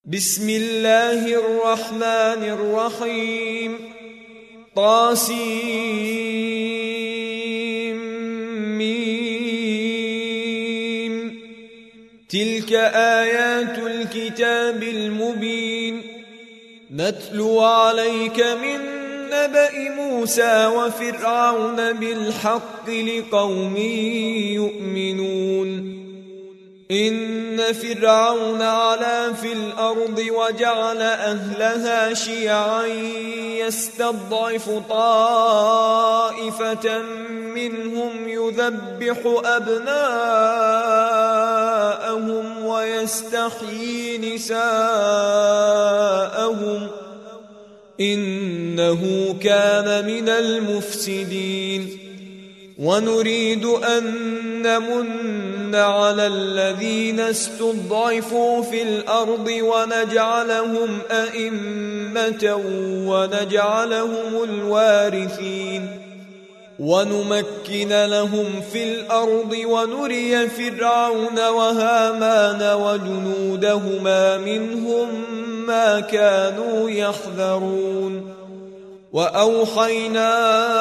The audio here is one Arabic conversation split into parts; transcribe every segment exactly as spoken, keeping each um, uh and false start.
بسم الله الرحمن الرحيم طاسيم تلك آيات الكتاب المبين نتلو عليك من نبأ موسى وفرعون بالحق لقوم يؤمنون إن فرعون علا في الأرض وجعل أهلها شيعا يستضعف طائفة منهم يذبح أبناءهم ويستحيي نساءهم إنه كان من المفسدين ونريد أن نمن على الذين استضعفوا في الأرض ونجعلهم أئمة ونجعلهم الوارثين ونمكن لهم في الأرض ونري فرعون وهامان وجنودهما منهم ما كانوا يحذرون وأوحينا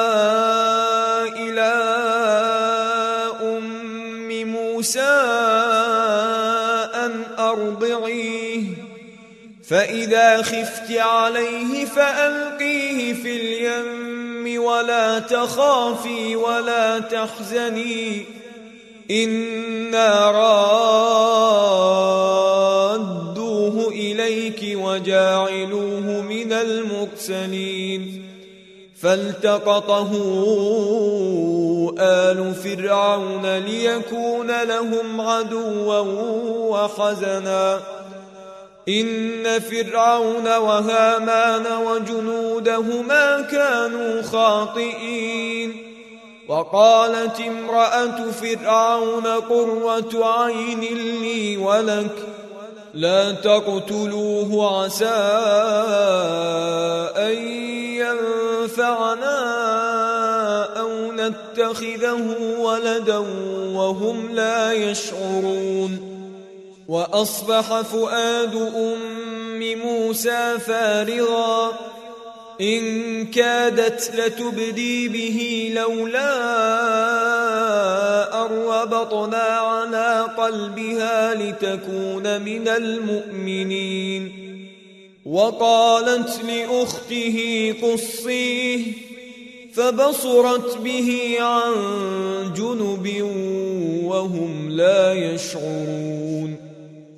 إلى أم موسى أن أرضعيه فإذا خفت عليه فألقيه في اليم ولا تخافي ولا تحزني إنا رادوه إليك وجاعلوه من المرسلين فالتقطه آل فرعون ليكون لهم عدوا وحزنا إن فرعون وهامان وجنودهما كانوا خاطئين وقالت امرأة فرعون قرة عين لي ولك لا تقتلوه عسى أن ينفعنا أو نتخذه ولدا وهم لا يشعرون وأصبح فؤاد أم موسى فارغا إن كادت لتبدي به لولا أن ربطنا على قلبها لتكون من المؤمنين وقالت لأخته قصيه فبصرت به عن جنب وهم لا يشعرون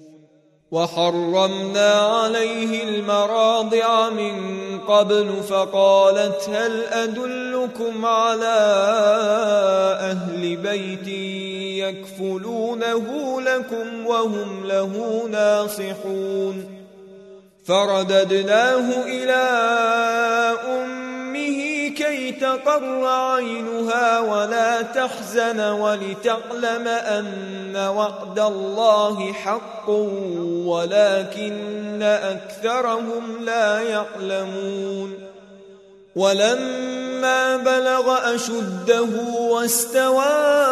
وحرمنا عليه المراضع من قبل فقالت هل أدلكم على أهل بيت يكفلونه لكم وهم له ناصحون فرددناه إلى أمه كي تقر عينها ولا تحزن ولتعلم أن وعد الله حق ولكن أكثرهم لا يعلمون ولما بلغ أشده واستوى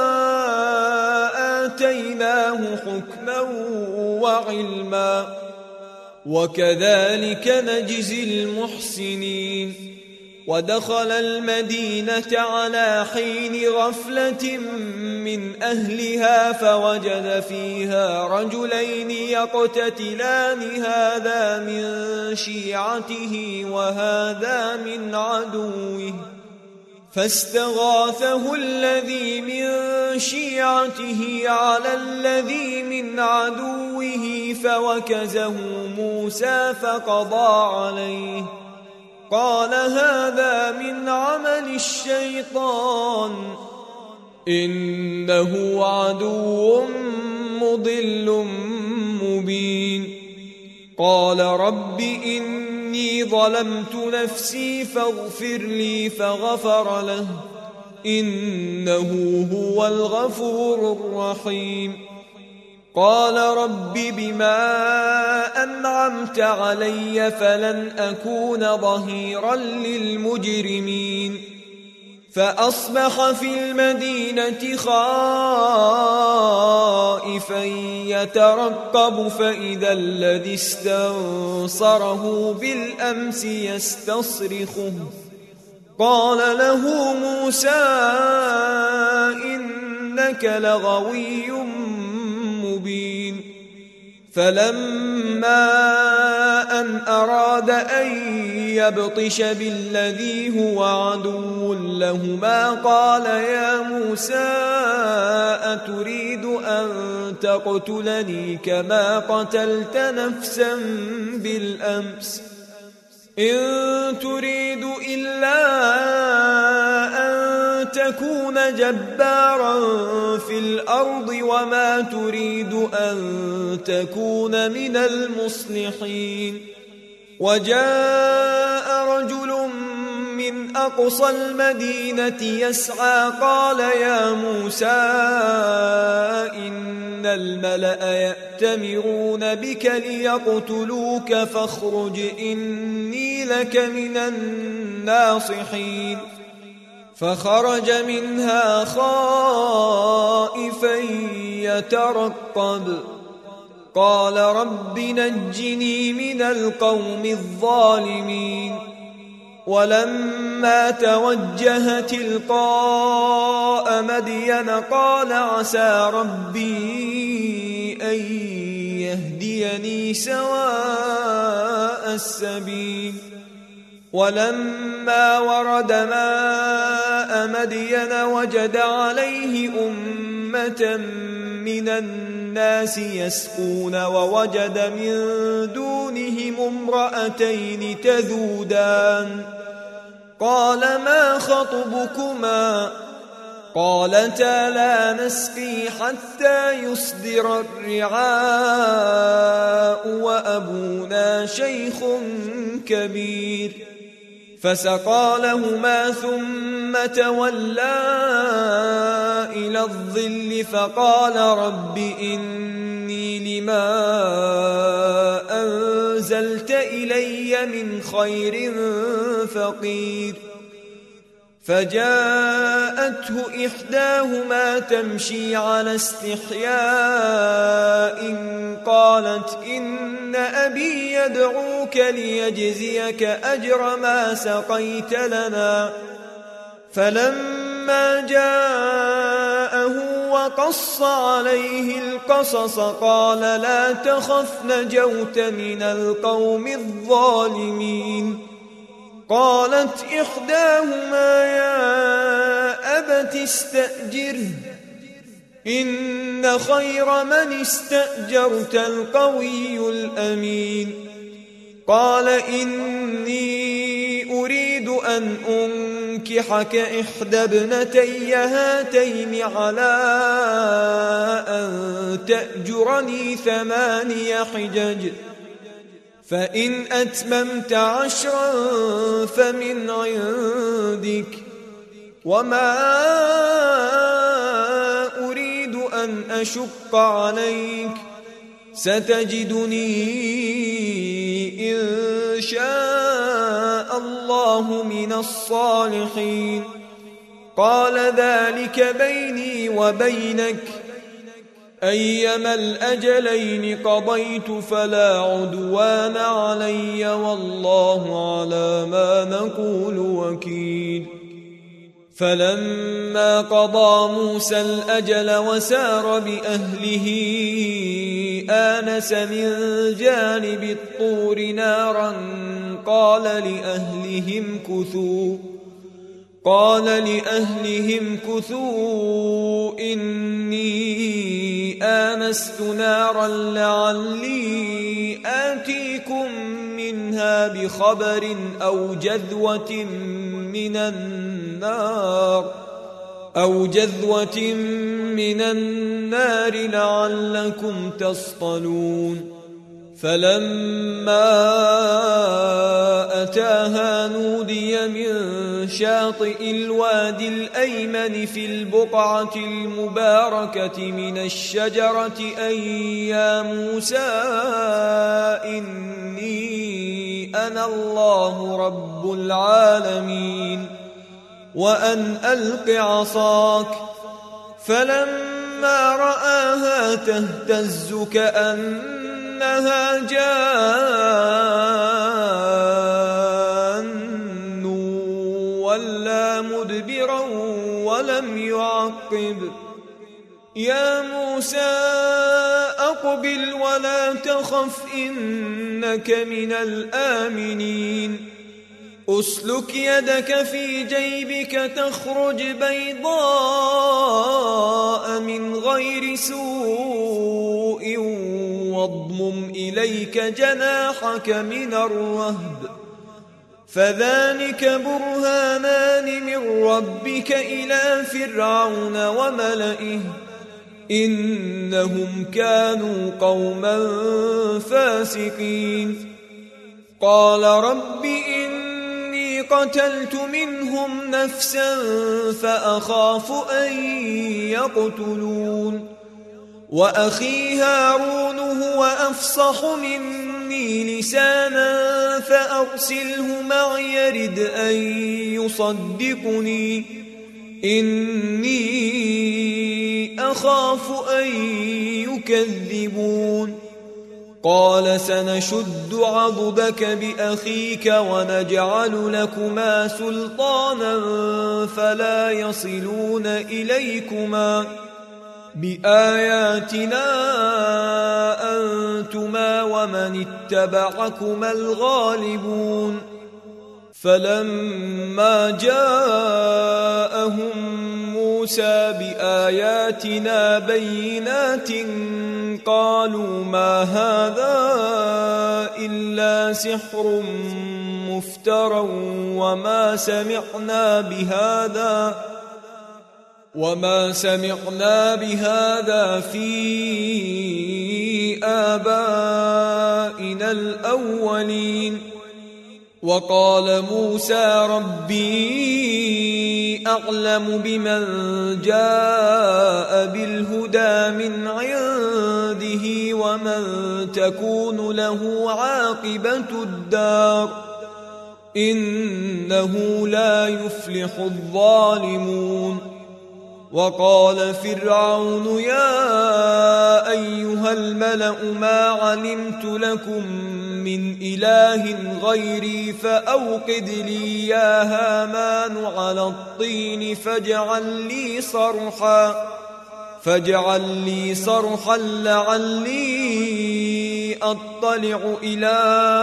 آتيناه حكما وعلما وكذلك نجزي المحسنين ودخل المدينة على حين غفلة من أهلها فوجد فيها رجلين يقتتلان هذا من شيعته وهذا من عدوه فاستغاثه الذي من شيعته على الذي من عدوه فوكزه موسى فقضى عليه قال هذا من عمل الشيطان إنه عدو مضل مبين قال رب إني ظلمت نفسي فاغفر لي فغفر له إنه هو الغفور الرحيم قال رب بما أنعمت علي فلن أكون ظهيرا للمجرمين فأصبح في المدينة خائفا يترقب فإذا الذي استنصره بالأمس يستصرخه قال له موسى إنك لغوي مبين فلما أن أراد أن يبطش بالذي هو عدو لهما قال يا موسى أتريد أن تقتلني كما قتلت نفسا بالأمس إن تريد إلا أن تكون جبارا في الأرض وما تريد أن تكون من المصلحين وجاء رجل من أقصى المدينة يسعى قال يا موسى إن الملأ يأتمرون بك ليقتلوك فاخرج إني لك من الناصحين فخرج منها خائفا يترقب قال رب نجني من القوم الظالمين ولما توجه تلقاء مدين قال عسى ربي أن يهديني سواء السبيل ولما ورد ماء مدين وجد عليه أمة من الناس يسقون ووجد من دونهم امرأتين تذودان قال ما خطبكما قالتا لا نسقي حتى يصدر الرعاء وأبونا شيخ كبير فسقى لهما ثم تولى إلى الظل فقال رب إني لما أنزلت إلي من خير فقير فجاءته إحداهما تمشي على استحياء قالت إن أبي يدعوك ليجزيك أجر ما سقيت لنا فلما جاءه وقص عليه القصص قال لا تخف نجوت من القوم الظالمين قالت إحداهما يا أبت استأجره إن خير من استأجرت القوي الأمين قال إني أريد أن أنكحك إحدى ابنتي هاتين على أن تأجرني ثماني حجج فإن أتممت عشرا فمن عندك وما أريد أن أشق عليك ستجدني إن شاء الله من الصالحين قال ذلك بيني وبينك أيما الأجلين قضيت فلا عدوان علي والله على ما نقول وكيل فلما قضى موسى الأجل وسار بأهله آنس من جانب الطور نارا قال لأهلهم كثوا قال لأهلهم كثوا إني آنست نارا لعلي آتيكم منها بخبر أو جذوة من النار أو جذوة من النار لعلكم تصطلون فلما أتاها نودي من شاطئ الوادي الأيمن في البقعة المباركة من الشجرة أن يا موسى إني أنا الله رب العالمين وأن ألق عصاك. فلما رآها تهتز كأنها جان ولا مدبرا ولم يعقب. يا موسى أقبل ولا تخف إنك من الآمنين. أسلك يدك في جيبك تخرج بيضاء من غير سوء واضمم إليك جناحك من الرهب فذلك برهانان من ربك إلى فرعون وملئه إنهم كانوا قوما فاسقين. قال رب إني قتلت منهم نفسا فأخاف أن يقتلون وأخي هارون هو أفصح مني لسانا فأرسله معي يرد أن يصدقني إني أخاف أن يكذبون. قال سنشد عضدك بأخيك ونجعل لكما سلطانا فلا يصلون إليكما بآياتنا أنتما ومن اتبعكما الغالبون. فلما جاءهم موسى بآياتنا بينات قالوا ما هذا إلا سحر مفترى وما سمعنا بهذا وما سمعنا بهذا في آبائنا الأولين. وقال موسى ربي أعلم بمن جاء بالهدى من عنده ومن تكون له عاقبة الدار إنه لا يفلح الظالمون. وقال فرعون يا أيها الملأ ما علمت لكم من إله غيري فأوقد لي يا هامان على الطين فاجعل لي صرحا فاجعل لي صرحا لعلي أطلع إلى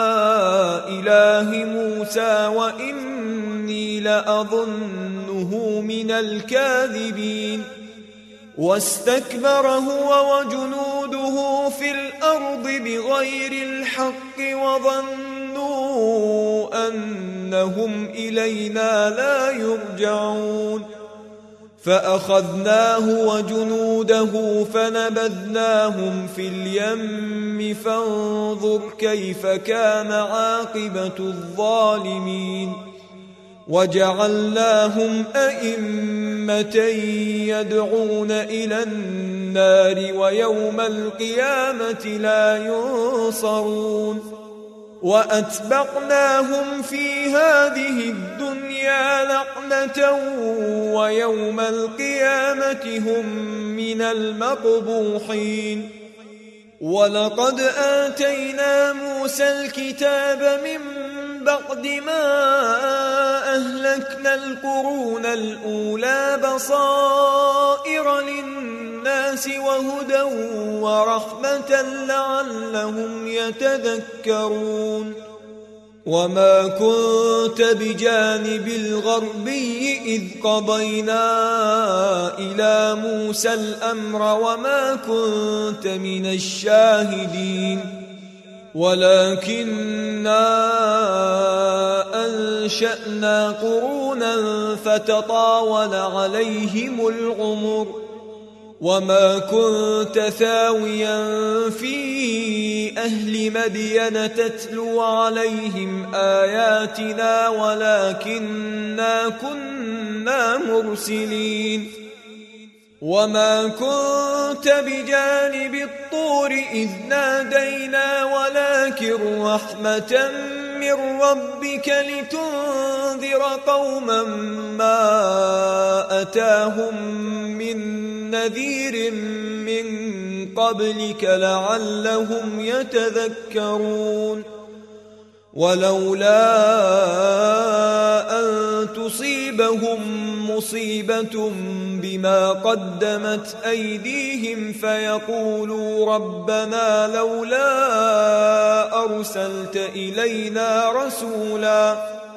إله موسى وإني لأظنه من الكاذبين. واستكبر هو وجنوده في الأرض بغير الحق وظنوا أنهم إلينا لا يرجعون. فأخذناه وجنوده فنبذناهم في اليم فانظر كيف كان عاقبة الظالمين. وجعلناهم أئمة يدعون إلى النار ويوم القيامة لا ينصرون. وأتبعناهم في هذه الدنيا لعنة ويوم القيامة هم من المقبوحين. ولقد آتينا موسى الكتاب من بعد ما أهلكنا القرون الأولى بصائر للناس وهدى ورحمة لعلهم يتذكرون. وما كنت بجانب الغربي إذ قضينا إلى موسى الأمر وما كنت من الشاهدين ولكننا أنشأنا قرونا فتطاول عليهم العمر وما كنت ثاويا في أهل مدين تتلو عليهم آياتنا ولكننا كنا مرسلين. وما كنت بجانب الطور إذ نادينا ولكن رحمة من ربك لتنذر قوما ما أتاهم من نذير من قبلك لعلهم يتذكرون ولولا أن تصيبهم مصيبة بما قدمت أيديهم فيقولوا ربنا لولا أرسلت إلينا رسولا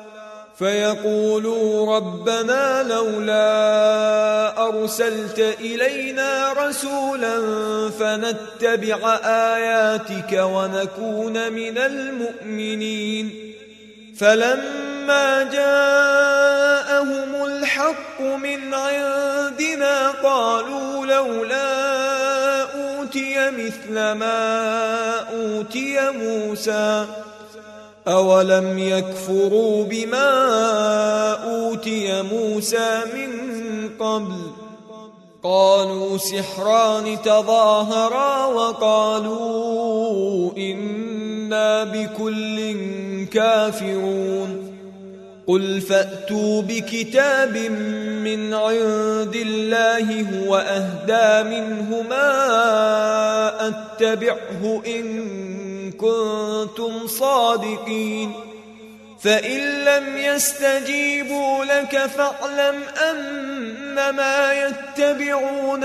فيقولوا ربنا لولا أرسلت إلينا رسولا فنتبع آياتك ونكون من المؤمنين فلما جاءهم الحق من عندنا قالوا لولا أوتي مثل ما أوتي موسى أولم يكفروا بما أوتي موسى من قبل قالوا سحران تظاهرا وقالوا إنا بكل كافرون قل فأتوا بكتاب من عند الله هو أهدى منهما أتبعه إن كنتم صادقين فإن لم يستجيبوا لك فاعلم أنما يتبعون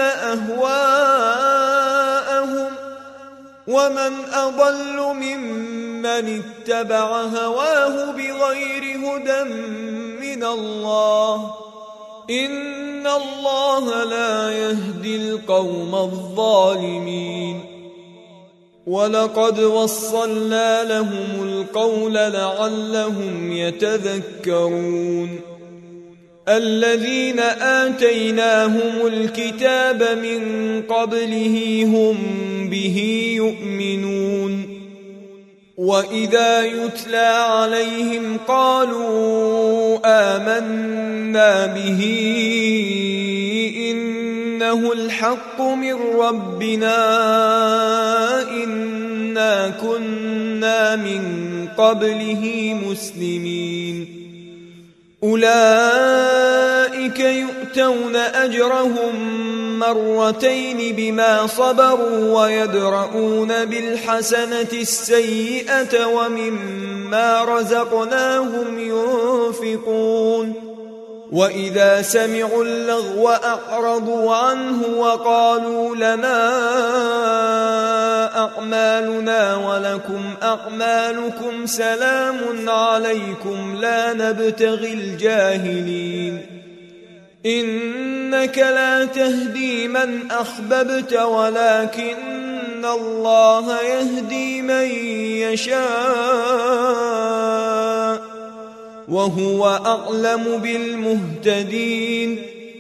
أهواءهم ومن أضل ممن اتبع هواه بغير هدى من الله إن الله لا يهدي القوم الظالمين ولقد وصلنا لهم القول لعلهم يتذكرون الذين آتيناهم الكتاب من قبله هم به يؤمنون وإذا يتلى عليهم قالوا آمنا به إنه الحق من ربنا إنا كنا من قبله مسلمين أولئك يؤتون أجرهم مرتين بما صبروا ويدرؤون بالحسنة السيئة ومما رزقناهم ينفقون وإذا سمعوا اللغو أعرضوا عنه وقالوا لنا أعمالنا ولكم أعمالكم سلام عليكم لا نبتغي الجاهلين إنك لا تهدي من أحببت ولكن الله يهدي من يشاء وهو أعلم بالمهتدين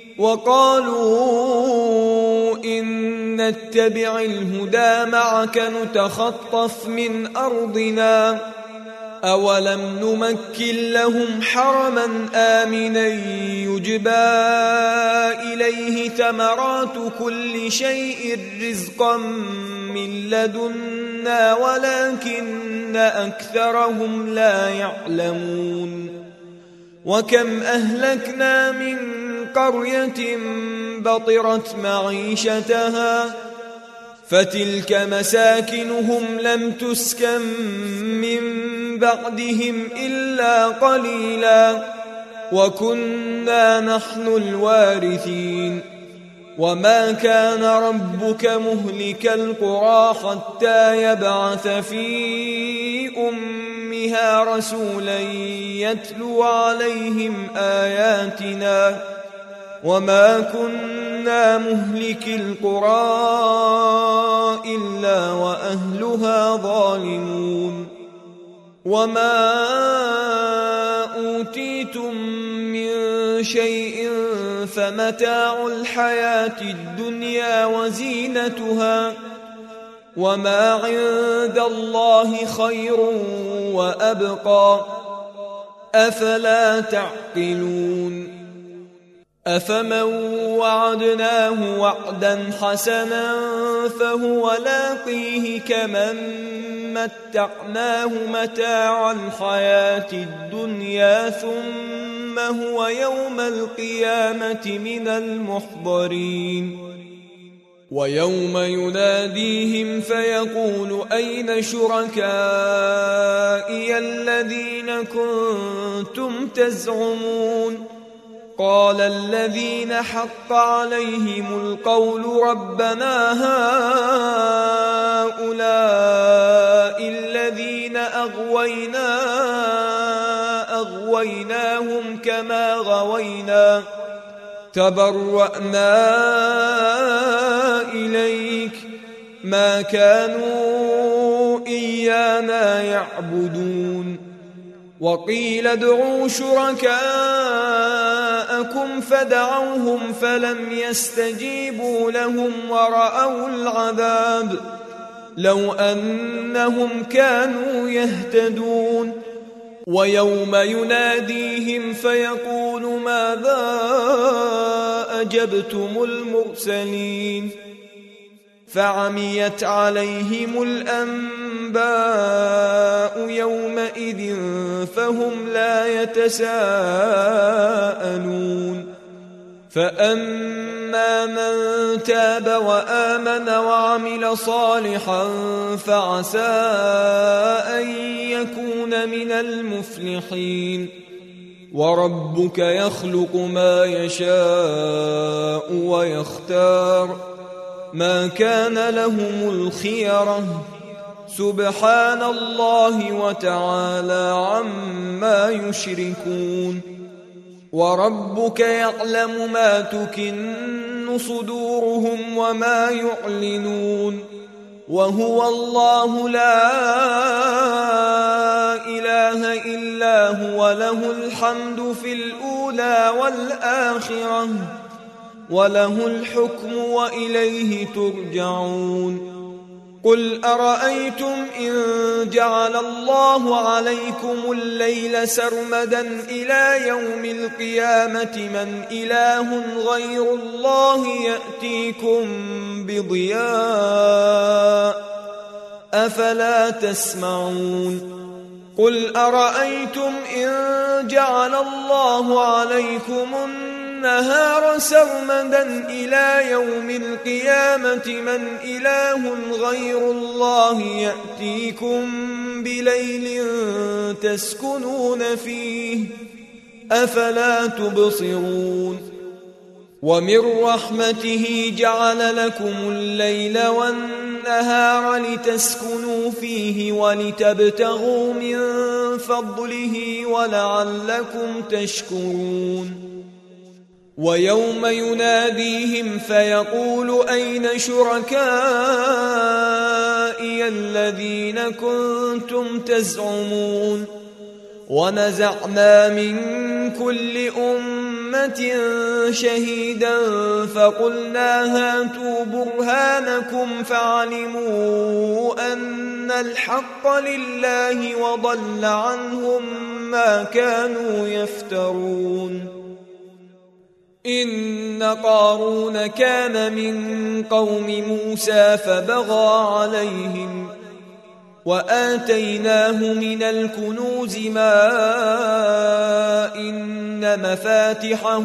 وقالوا إن نتبع الهدى معك نتخطف من أرضنا أولم نمكن لهم حرما آمنا يجبى إليه ثمرات كل شيء رزقا من لدنا ولكن أكثرهم لا يعلمون وكم أهلكنا من قرية بطرت معيشتها فتلك مساكنهم لم تسكن من بعدهم إلا قليلا وكنا نحن الوارثين وما كان ربك مهلك القرى حتى يبعث في أمها رسولا يتلو عليهم آياتنا وما كنا مهلك القرى إلا وأهلها ظالمون وما أوتيتم من شيء فمتاع الحياة الدنيا وزينتها وما عند الله خير وأبقى أفلا تعقلون أفمن وعدناه وعدا حسنا فهو لاقيه كمن متعناه متاع الحياة الدنيا ثم هو يوم القيامة من المحضرين ويوم يناديهم فيقول أين شركائي الذين كنتم تزعمون قال الذين حق عليهم القول ربنا هؤلاء الذين أغوينا أغويناهم كما غوينا تبرأنا إليك ما كانوا إيانا يعبدون وقيل ادعوا شركاءكم فدعوهم فلم يستجيبوا لهم ورأوا العذاب لو أنهم كانوا يهتدون ويوم يناديهم فيقول ماذا أجبتم المرسلين فعميت عليهم الأنباء يومئذ فهم لا يتساءلون فأما من تاب وآمن وعمل صالحا فعسى أن يكون من المفلحين وربك يخلق ما يشاء ويختار ما كان لهم الخيرة سبحان الله وتعالى عما يشركون وربك يعلم ما تكن صدورهم وما يعلنون وهو الله لا إله إلا هو له الحمد في الأولى والآخرة وله الحكم وإليه ترجعون قل أرأيتم إن جعل الله عليكم الليل سرمدا إلى يوم القيامة من إله غير الله يأتيكم بضياء أفلا تسمعون قل أرأيتم إن جعل الله عليكم النهار سرمدا إلى يوم القيامة من إله غير الله يأتيكم بليل تسكنون فيه أفلا تبصرون ومن رحمته جعل لكم الليل والنهار لتسكنوا فيه ولتبتغوا من فضله ولعلكم تشكرون ويوم يناديهم فيقول أين شركائي الذين كنتم تزعمون ونزعنا من كل أمة شهيدا فقلنا هاتوا برهانكم فعلموا أن الحق لله وضل عنهم ما كانوا يفترون إن قارون كان من قوم موسى فبغى عليهم وآتيناه من الكنوز ما إن مفاتحه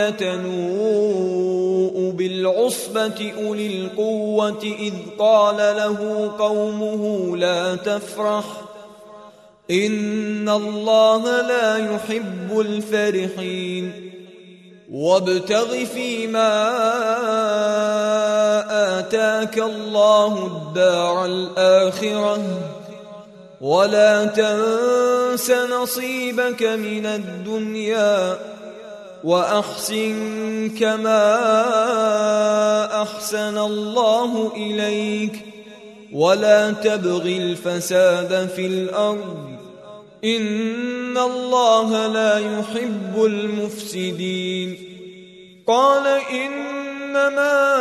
لتنوء بالعصبة أولي القوة إذ قال له قومه لا تفرح إن الله لا يحب الفرحين وابتغ فيما آتاك الله الدار الآخرة ولا تنس نصيبك من الدنيا وأحسن كما أحسن الله إليك ولا تبغ الفساد في الأرض إن الله لا يحب المفسدين قال إنما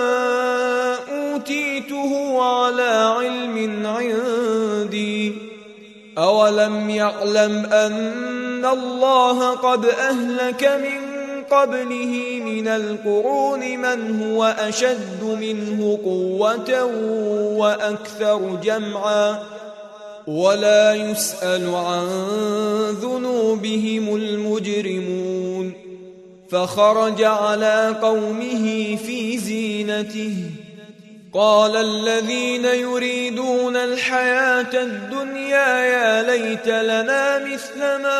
أوتيته على علم عندي أولم يعلم أن الله قد أهلك من قبله من القرون من هو أشد منه قوة وأكثر جمعا ولا يسأل عن ذنوبهم المجرمون فخرج على قومه في زينته قال الذين يريدون الحياة الدنيا يا ليت لنا مثل ما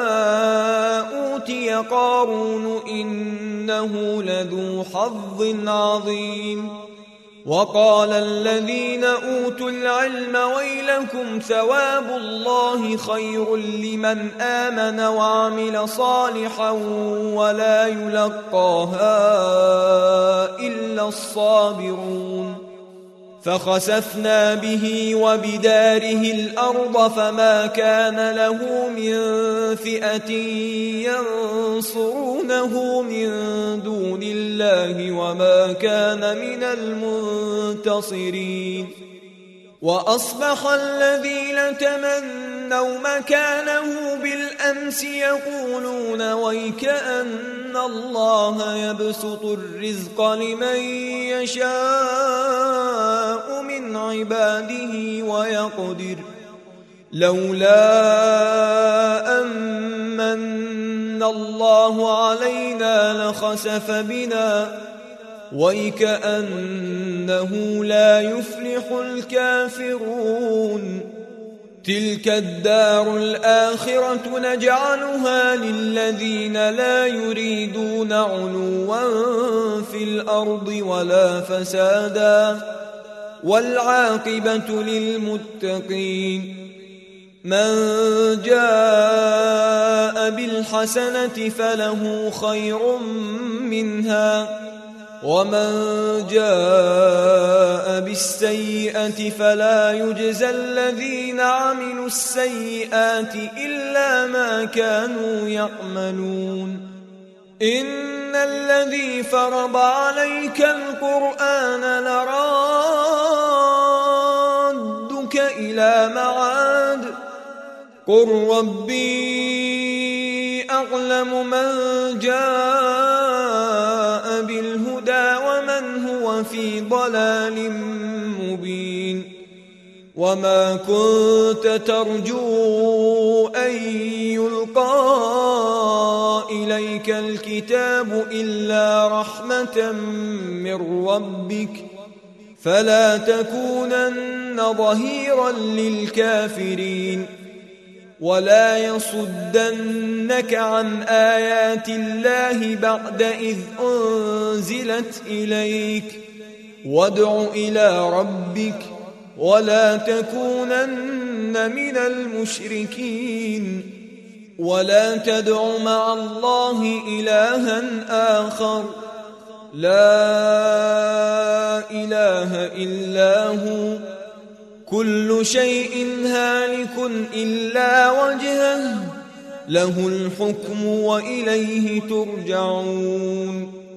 أوتي قارون إنه لذو حظ عظيم وقال الذين أوتوا العلم ويلكم ثواب الله خير لمن آمن وعمل صالحا ولا يلقاها إلا الصابرون فخسفنا به وبداره الأرض فما كان له من فئة ينصرونه من دون الله وما كان من المنتصرين وأصبح الذين تمنوا مكانه بالأمس يقولون ويكأن الله يبسط الرزق لمن يشاء من عباده ويقدر لولا أمن الله علينا لخسف بنا ويكأنه لا يفلح الكافرون تلك الدار الآخرة نجعلها للذين لا يريدون علوا في الأرض ولا فسادا والعاقبة للمتقين من جاء بالحسنة فله خير منها ومن جاء بالسيئة فلا يجزى الذين عملوا السيئات إلا ما كانوا يعملون إن الذي فرض عليك القرآن لرادك إلى معاد قل ربي أعلم من جاء بالهدى ومن هو في ضلال مبين وما كنت ترجو أن يلقى إليك الكتاب إلا رحمة من ربك فلا تكونن ظهيرا للكافرين ولا يصدنك عن آيات الله بعد إذ أنزلت إليك وادع إلى ربك ولا تكونن من المشركين ولا تدع مع الله إلها آخر لا إله إلا هو كل شيء هالك إلا وجهه له الحكم وإليه ترجعون